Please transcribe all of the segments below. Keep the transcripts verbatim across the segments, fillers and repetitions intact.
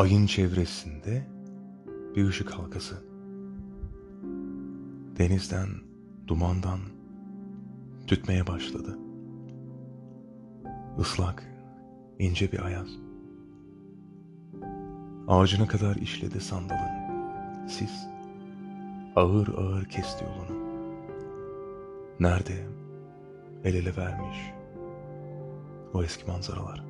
Ayın çevresinde bir ışık halkası. Denizden, dumandan tütmeye başladı. Islak, ince bir ayaz. Ağacına kadar işledi sandalın. Sis ağır ağır kesti yolunu. Nerede el ele vermiş o eski manzaralar.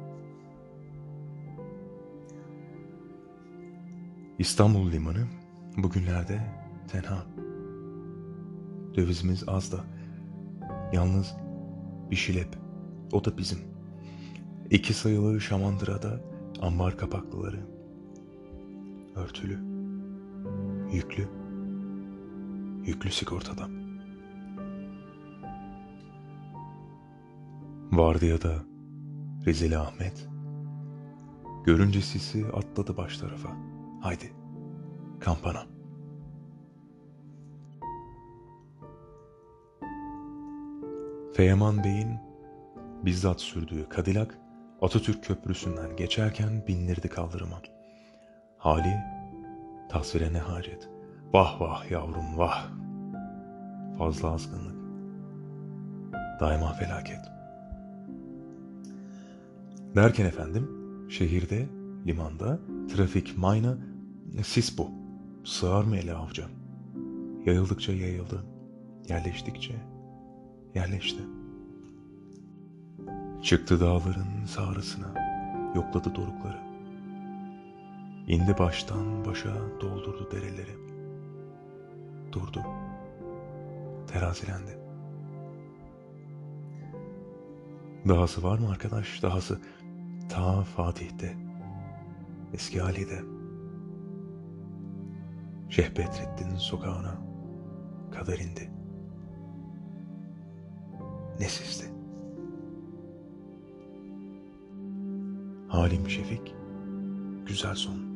İstanbul limanı bugünlerde tenha. Dövizimiz az da, yalnız bir şilep, o da bizim. İki sayılı şamandırada ambar kapaklıları, örtülü, yüklü, yüklü sigortada. Vardiyada Rezili Ahmet, görünce sisi atladı baş tarafa. Haydi, kampana. Feyaman Bey'in bizzat sürdüğü Cadillac, Atatürk Köprüsü'nden geçerken bindirdi kaldırıma. Hali tasvire ne hacet. Vah vah yavrum vah. Fazla azgınlık. Daima felaket. Derken efendim, şehirde, limanda, trafik, mayna, sis bu. Sığar mı ele avuca? Yayıldıkça yayıldı. Yerleştikçe yerleşti. Çıktı dağların sağrısına, yokladı dorukları. İndi baştan başa doldurdu dereleri. Durdu. Terazilendi. Dahası var mı arkadaş? Dahası ta Fatih'te, eski Ali'de, Şeyh Bedrettin'in sokağına kadar indi. Ne sizdi? Halim Şefik, güzel son.